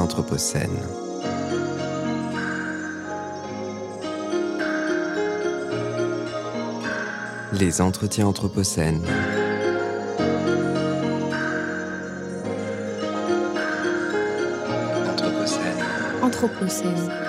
Anthropocène. Les entretiens Anthropocène. Anthropocène.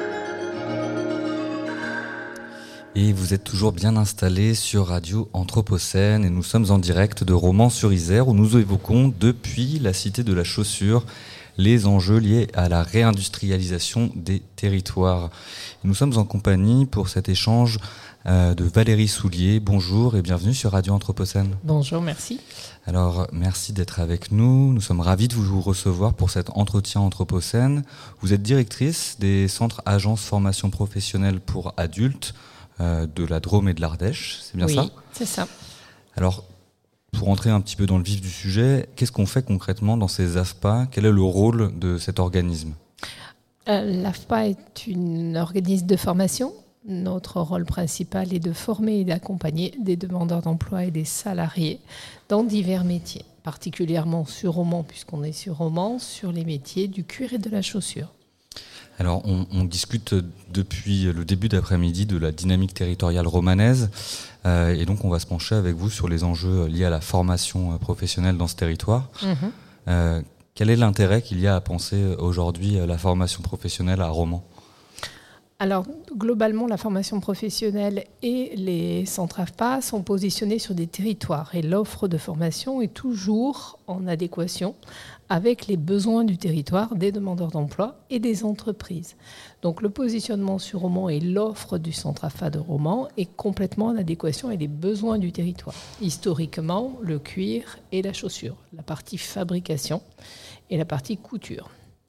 Et vous êtes toujours bien installés sur Radio Anthropocène et nous sommes en direct de Romans-sur-Isère où nous évoquons depuis la Cité de la Chaussure les enjeux liés à la réindustrialisation des territoires. Nous sommes en compagnie pour cet échange de Valérie Soulier. Bonjour et bienvenue sur Radio Anthropocène. Bonjour, merci. Alors, merci d'être avec nous. Nous sommes ravis de vous recevoir pour cet entretien Anthropocène. Vous êtes directrice des centres agences formation professionnelle pour adultes de la Drôme et de l'Ardèche, c'est bien ça ? Oui, c'est ça. Alors, pour entrer un petit peu dans le vif du sujet, qu'est-ce qu'on fait concrètement dans ces AFPA ? Quel est le rôle de cet organisme ? L'AFPA est un organisme de formation. Notre rôle principal est de former et d'accompagner des demandeurs d'emploi et des salariés dans divers métiers, particulièrement sur Romans, puisqu'on est sur Romans, sur les métiers du cuir et de la chaussure. Alors, on discute depuis le début d'après-midi de la dynamique territoriale romanaise et donc on va se pencher avec vous sur les enjeux liés à la formation professionnelle dans ce territoire. Quel est l'intérêt qu'il y a à penser aujourd'hui la formation professionnelle à Romans ? Alors, globalement, la formation professionnelle et les centres AFPA sont positionnés sur des territoires et l'offre de formation est toujours en adéquation avec les besoins du territoire, des demandeurs d'emploi et des entreprises. Donc, le positionnement sur Romans et l'offre du centre AFPA de Romans est complètement en adéquation avec les besoins du territoire. Historiquement, le cuir et la chaussure, la partie fabrication et la partie couture.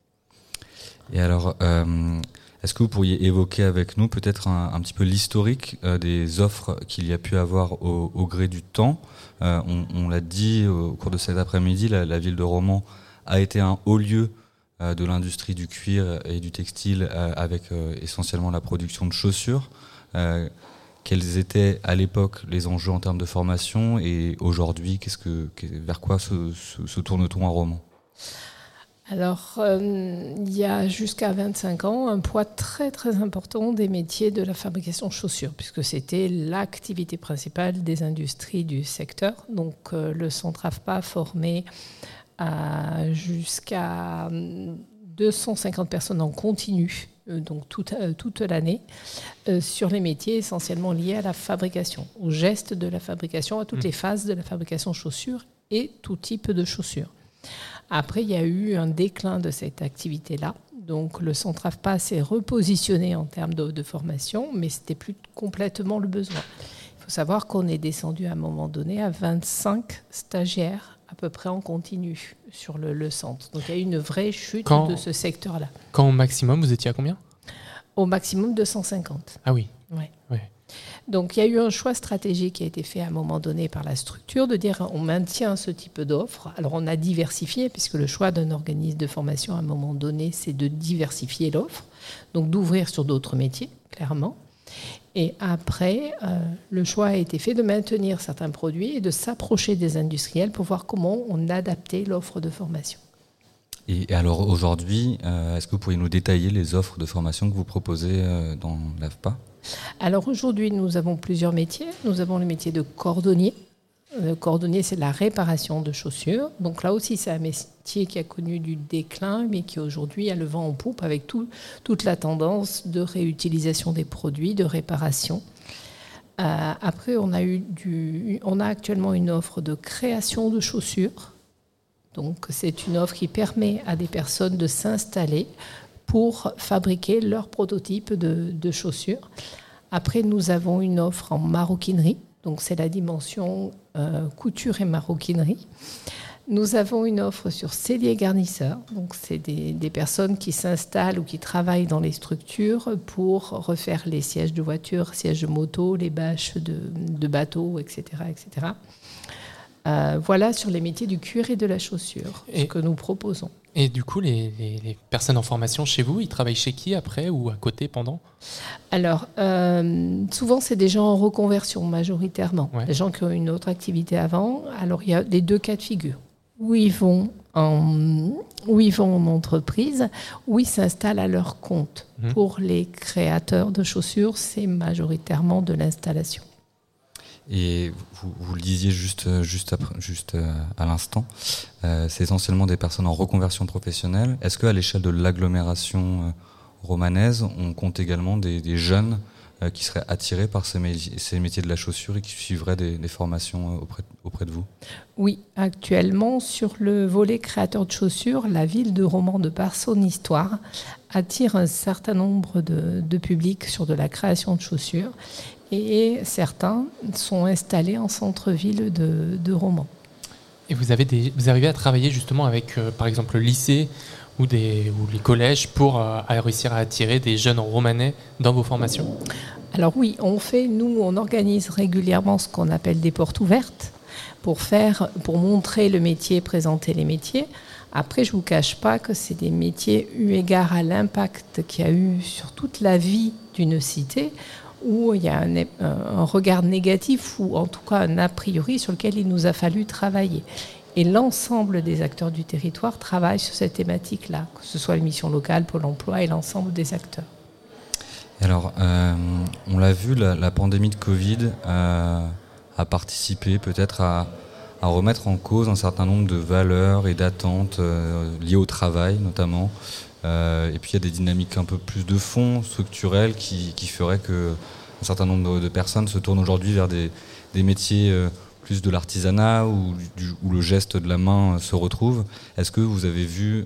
Et alors, est-ce que vous pourriez évoquer avec nous peut-être un petit peu l'historique des offres qu'il y a pu avoir au gré du temps ? On l'a dit au cours de cet après-midi, la ville de Romans a été un haut lieu de l'industrie du cuir et du textile avec essentiellement la production de chaussures. Quels étaient à l'époque les enjeux en termes de formation et aujourd'hui, vers quoi se tourne-t-on à Romans ? Alors, il y a jusqu'à 25 ans un poids très très important des métiers de la fabrication de chaussures, puisque c'était l'activité principale des industries du secteur. Donc, le centre AFPA formait jusqu'à 250 personnes en continu, donc toute l'année, sur les métiers essentiellement liés à la fabrication, au geste de la fabrication, à toutes les phases de la fabrication de chaussures et tout type de chaussures. Après, il y a eu un déclin de cette activité-là. Donc, le centre AFPA s'est repositionné en termes de formation, mais ce n'était plus complètement le besoin. Il faut savoir qu'on est descendu à un moment donné à 25 stagiaires à peu près en continu sur le centre. Donc, il y a eu une vraie chute de ce secteur-là. Quand au maximum, vous étiez à combien ? Au maximum 250. Ah oui. Ouais. Ouais. Donc, il y a eu un choix stratégique qui a été fait à un moment donné par la structure de dire on maintient ce type d'offre. Alors, on a diversifié puisque le choix d'un organisme de formation à un moment donné, c'est de diversifier l'offre, donc d'ouvrir sur d'autres métiers, clairement. Et après, le choix a été fait de maintenir certains produits et de s'approcher des industriels pour voir comment on adaptait l'offre de formation. Et alors aujourd'hui, est-ce que vous pourriez nous détailler les offres de formation que vous proposez dans l'AFPA ? Alors aujourd'hui, nous avons plusieurs métiers. Nous avons le métier de cordonnier. Le cordonnier, c'est la réparation de chaussures. Donc là aussi, c'est un métier qui a connu du déclin, mais qui aujourd'hui a le vent en poupe avec toute la tendance de réutilisation des produits, de réparation. Après, on a actuellement une offre de création de chaussures. Donc c'est une offre qui permet à des personnes de s'installer pour fabriquer leur prototype de chaussures. Après, nous avons une offre en maroquinerie. Donc, c'est la dimension couture et maroquinerie. Nous avons une offre sur sellier garnisseur. Donc, c'est des personnes qui s'installent ou qui travaillent dans les structures pour refaire les sièges de voiture, sièges de moto, les bâches de bateaux, etc., etc. Voilà sur les métiers du cuir et de la chaussure, ce que nous proposons. Et du coup, les personnes en formation chez vous, ils travaillent chez qui après ou à côté pendant ? Alors, souvent, c'est des gens en reconversion majoritairement. Ouais. Des gens qui ont une autre activité avant. Alors, il y a les deux cas de figure. Où ils vont où ils vont en entreprise, où ils s'installent à leur compte. Pour les créateurs de chaussures, c'est majoritairement de l'installation. Et vous le disiez juste à l'instant, c'est essentiellement des personnes en reconversion professionnelle. Est-ce qu'à l'échelle de l'agglomération romanaise, on compte également des jeunes qui seraient attirés par ces métiers de la chaussure et qui suivraient des formations auprès de vous ? Oui, actuellement, sur le volet créateur de chaussures, la ville de Romans, de par son histoire, attire un certain nombre de publics sur de la création de chaussures. Et certains sont installés en centre-ville de Romans. Et vous arrivez à travailler justement avec, par exemple, le lycée ou les collèges pour réussir à attirer des jeunes romanais dans vos formations ? Alors oui, on organise régulièrement ce qu'on appelle des portes ouvertes pour montrer le métier, présenter les métiers. Après, je ne vous cache pas que c'est des métiers eu égard à l'impact qu'il y a eu sur toute la vie d'une cité, où il y a un regard négatif ou en tout cas un a priori sur lequel il nous a fallu travailler. Et l'ensemble des acteurs du territoire travaillent sur cette thématique-là, que ce soit les missions locales, Pôle emploi et l'ensemble des acteurs. Alors, on l'a vu, la pandémie de Covid a participé peut-être à remettre en cause un certain nombre de valeurs et d'attentes liées au travail notamment. Et puis il y a des dynamiques un peu plus de fond, structurelles, qui feraient qu'un certain nombre de personnes se tournent aujourd'hui vers des métiers plus de l'artisanat où le geste de la main se retrouve. Est-ce que vous avez vu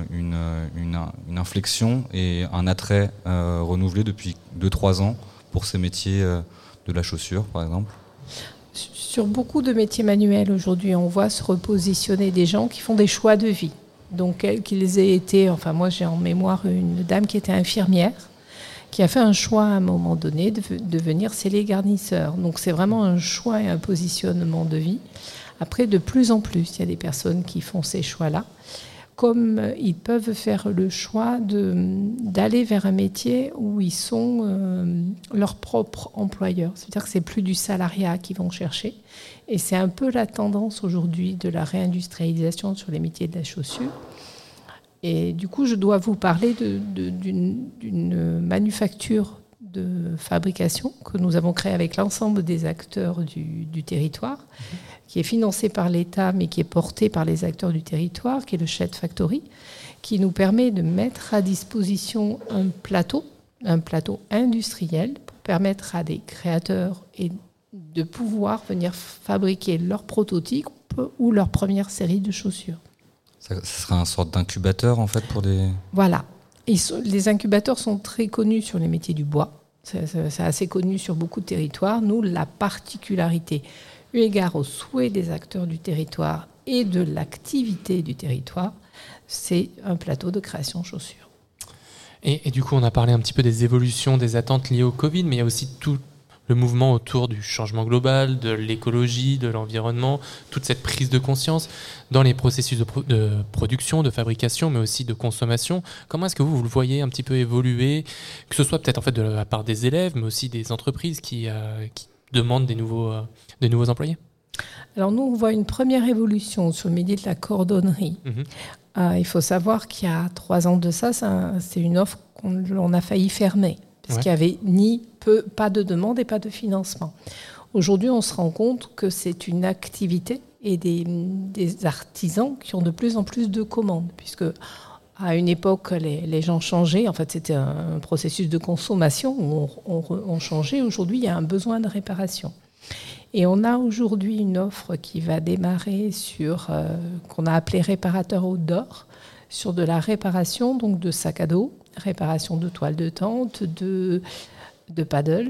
une inflexion et un attrait renouvelé depuis 2-3 ans pour ces métiers de la chaussure, par exemple ? Sur beaucoup de métiers manuels aujourd'hui, on voit se repositionner des gens qui font des choix de vie. Donc, qu'ils aient été, moi j'ai en mémoire une dame qui était infirmière, qui a fait un choix à un moment donné de devenir scellé garnisseur. Donc c'est vraiment un choix et un positionnement de vie. Après, de plus en plus, il y a des personnes qui font ces choix-là, comme ils peuvent faire le choix d'aller vers un métier où ils sont leurs propres employeurs. C'est-à-dire que c'est plus du salariat qu'ils vont chercher. Et c'est un peu la tendance aujourd'hui de la réindustrialisation sur les métiers de la chaussure. Et du coup, je dois vous parler d'une manufacture de fabrication que nous avons créée avec l'ensemble des acteurs du territoire, qui est financée par l'État, mais qui est portée par les acteurs du territoire, qui est le Shed Factory, qui nous permet de mettre à disposition un plateau industriel pour permettre à des créateurs de pouvoir venir fabriquer leurs prototypes ou leur première série de chaussures. Ça sera une sorte d'incubateur en fait pour des... Voilà. Les incubateurs sont très connus sur les métiers du bois. C'est assez connu sur beaucoup de territoires. Nous, la particularité, eu égard aux souhaits des acteurs du territoire et de l'activité du territoire, c'est un plateau de création chaussures. Et du coup, on a parlé un petit peu des évolutions, des attentes liées au Covid, mais il y a aussi tout le mouvement autour du changement global, de l'écologie, de l'environnement, toute cette prise de conscience dans les processus de production, de fabrication, mais aussi de consommation. Comment est-ce que vous le voyez un petit peu évoluer, que ce soit peut-être en fait de la part des élèves, mais aussi des entreprises qui demandent des nouveaux employés ? Alors nous, on voit une première évolution sur le métier de la cordonnerie. Il faut savoir qu'il y a 3 ans de ça, c'est une offre qu'on a failli fermer. Parce qu'il n'y avait pas de demande et pas de financement. Aujourd'hui, on se rend compte que c'est une activité et des artisans qui ont de plus en plus de commandes. Puisque à une époque, les gens changeaient. En fait, c'était un processus de consommation où on changeait. Aujourd'hui, il y a un besoin de réparation. Et on a aujourd'hui une offre qui va démarrer sur, qu'on a appelé réparateur outdoor, sur de la réparation donc de sacs à dos, réparation de toiles de tente, de paddle,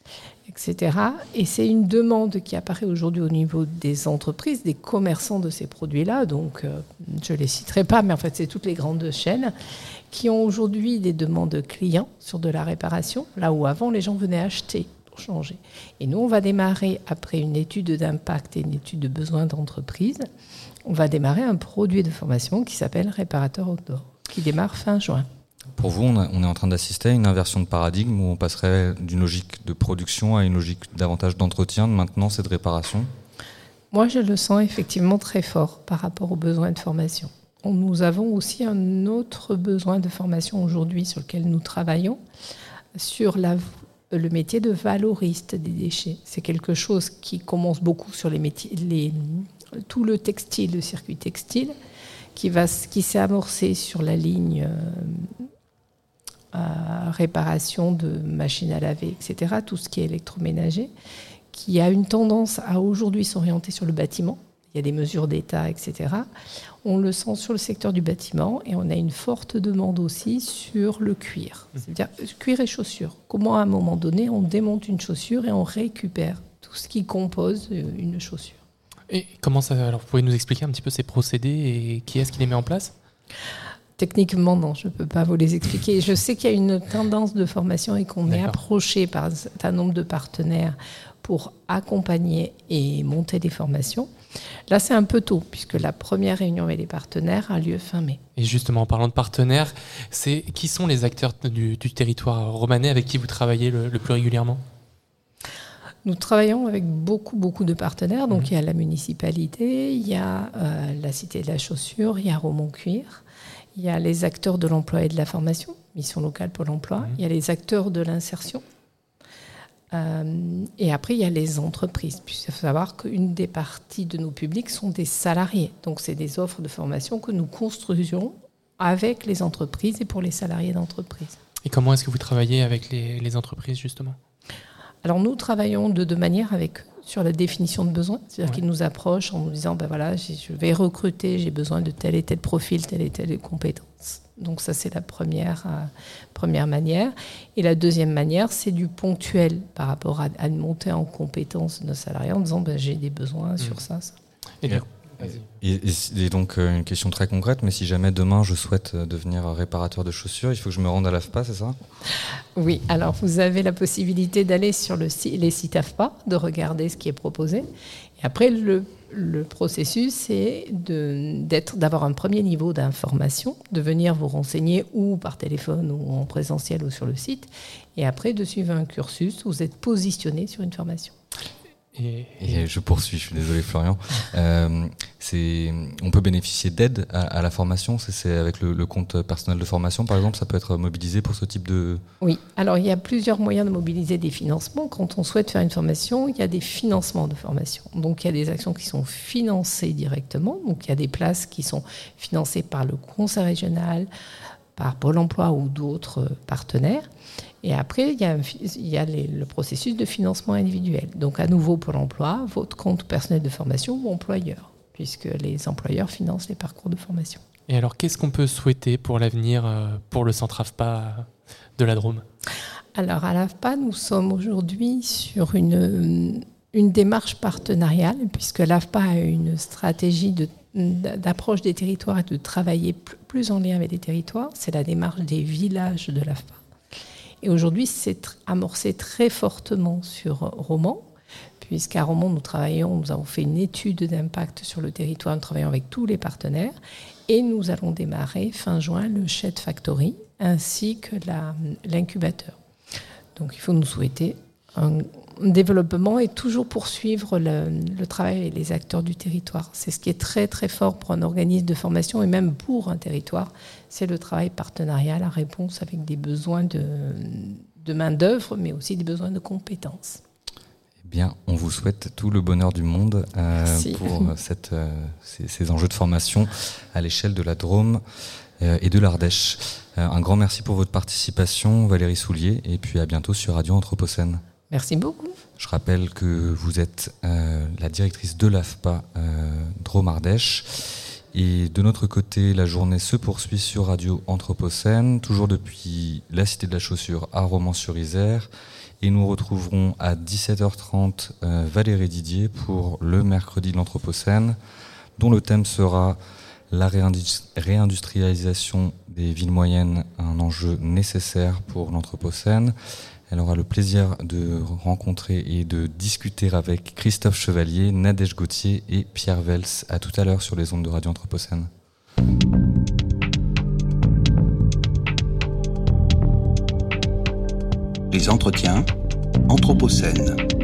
etc. Et c'est une demande qui apparaît aujourd'hui au niveau des entreprises, des commerçants de ces produits-là. Donc, je ne les citerai pas, mais en fait, c'est toutes les grandes chaînes qui ont aujourd'hui des demandes clients sur de la réparation, là où avant, les gens venaient acheter pour changer. Et nous, on va démarrer, après une étude d'impact et une étude de besoin d'entreprise, on va démarrer un produit de formation qui s'appelle Réparateur Outdoor, qui démarre fin juin. Pour vous, on est en train d'assister à une inversion de paradigme où on passerait d'une logique de production à une logique davantage d'entretien, de maintenance et de réparation ? Moi, je le sens effectivement très fort par rapport aux besoins de formation. Nous avons aussi un autre besoin de formation aujourd'hui sur lequel nous travaillons, sur le métier de valoriste des déchets. C'est quelque chose qui commence beaucoup sur les métiers, tout le textile, le circuit textile, qui s'est amorcé sur la ligne réparation de machines à laver, etc., tout ce qui est électroménager, qui a une tendance à aujourd'hui s'orienter sur le bâtiment. Il y a des mesures d'État, etc. On le sent sur le secteur du bâtiment et on a une forte demande aussi sur le cuir. C'est-à-dire cuir et chaussures. Comment à un moment donné on démonte une chaussure et on récupère tout ce qui compose une chaussure. Et comment ça, alors vous pouvez nous expliquer un petit peu ces procédés et qui est-ce qui les met en place ? Techniquement, non, je ne peux pas vous les expliquer. Je sais qu'il y a une tendance de formation et qu'on est approché par un certain nombre de partenaires pour accompagner et monter des formations. Là, c'est un peu tôt, puisque la première réunion avec les partenaires a lieu fin mai. Et justement, en parlant de partenaires, qui sont les acteurs du territoire romanais avec qui vous travaillez le plus régulièrement ? Nous travaillons avec beaucoup de partenaires. Donc, il y a la municipalité, il y a la Cité de la Chaussure, il y a Romont Cuir, il y a les acteurs de l'emploi et de la formation, Mission locale pour l'emploi, il y a les acteurs de l'insertion. Et après, il y a les entreprises. Puis, il faut savoir qu'une des parties de nos publics sont des salariés. Donc, c'est des offres de formation que nous construisons avec les entreprises et pour les salariés d'entreprise. Et comment est-ce que vous travaillez avec les entreprises, justement ? Alors, nous travaillons de deux manières avec eux sur la définition de besoins. C'est-à-dire qu'ils nous approchent en nous disant, voilà, je vais recruter, j'ai besoin de tel et tel profil, telle et telle compétence. Donc ça, c'est la première manière. Et la deuxième manière, c'est du ponctuel par rapport à une montée en compétences de nos salariés en disant, j'ai des besoins sur ça. Et donc, une question très concrète, mais si jamais demain je souhaite devenir réparateur de chaussures, il faut que je me rende à l'AFPA, c'est ça ? Oui, alors vous avez la possibilité d'aller sur les sites AFPA, de regarder ce qui est proposé. Et après, le processus, c'est d'avoir un premier niveau d'information, de venir vous renseigner ou par téléphone ou en présentiel ou sur le site, et après de suivre un cursus où vous êtes positionné sur une formation. Et je poursuis, je suis désolé Florian. On peut bénéficier d'aide à la formation, c'est avec le compte personnel de formation par exemple, ça peut être mobilisé pour ce type de... Oui, alors il y a plusieurs moyens de mobiliser des financements. Quand on souhaite faire une formation, il y a des financements de formation. Donc il y a des actions qui sont financées directement, donc il y a des places qui sont financées par le conseil régional, par Pôle emploi ou d'autres partenaires. Et après, il y a le processus de financement individuel. Donc, à nouveau, Pôle emploi, votre compte personnel de formation ou employeur, puisque les employeurs financent les parcours de formation. Et alors, qu'est-ce qu'on peut souhaiter pour l'avenir, pour le centre AFPA de la Drôme ? Alors, à l'AFPA, nous sommes aujourd'hui sur une démarche partenariale, puisque l'AFPA a une stratégie d'approche des territoires et de travailler plus en lien avec les territoires. C'est la démarche des villages de l'AFPA. Et aujourd'hui, c'est amorcé très fortement sur Romont, puisqu'à Romont, nous avons fait une étude d'impact sur le territoire, nous travaillons avec tous les partenaires, et nous allons démarrer fin juin le Shed Factory, ainsi que l'incubateur. Donc il faut nous souhaiter un développement et toujours poursuivre le travail avec les acteurs du territoire. C'est ce qui est très très fort pour un organisme de formation et même pour un territoire, c'est le travail partenarial, la réponse avec des besoins de main-d'œuvre, mais aussi des besoins de compétences. Eh bien, on vous souhaite tout le bonheur du monde pour ces enjeux de formation à l'échelle de la Drôme et de l'Ardèche. Un grand merci pour votre participation, Valérie Soulier, et puis à bientôt sur Radio Anthropocène. Merci beaucoup. Je rappelle que vous êtes la directrice de l'AFPA Drôme-Ardèche. Et de notre côté, la journée se poursuit sur Radio Anthropocène, toujours depuis la Cité de la Chaussure à Romans-sur-Isère. Et nous retrouverons à 17h30 Valérie Didier pour le mercredi de l'Anthropocène, dont le thème sera la réindustrialisation des villes moyennes, un enjeu nécessaire pour l'Anthropocène. Elle aura le plaisir de rencontrer et de discuter avec Christophe Chevalier, Nadège Gauthier et Pierre Vels. À tout à l'heure sur les ondes de Radio Anthropocène. Les entretiens Anthropocène.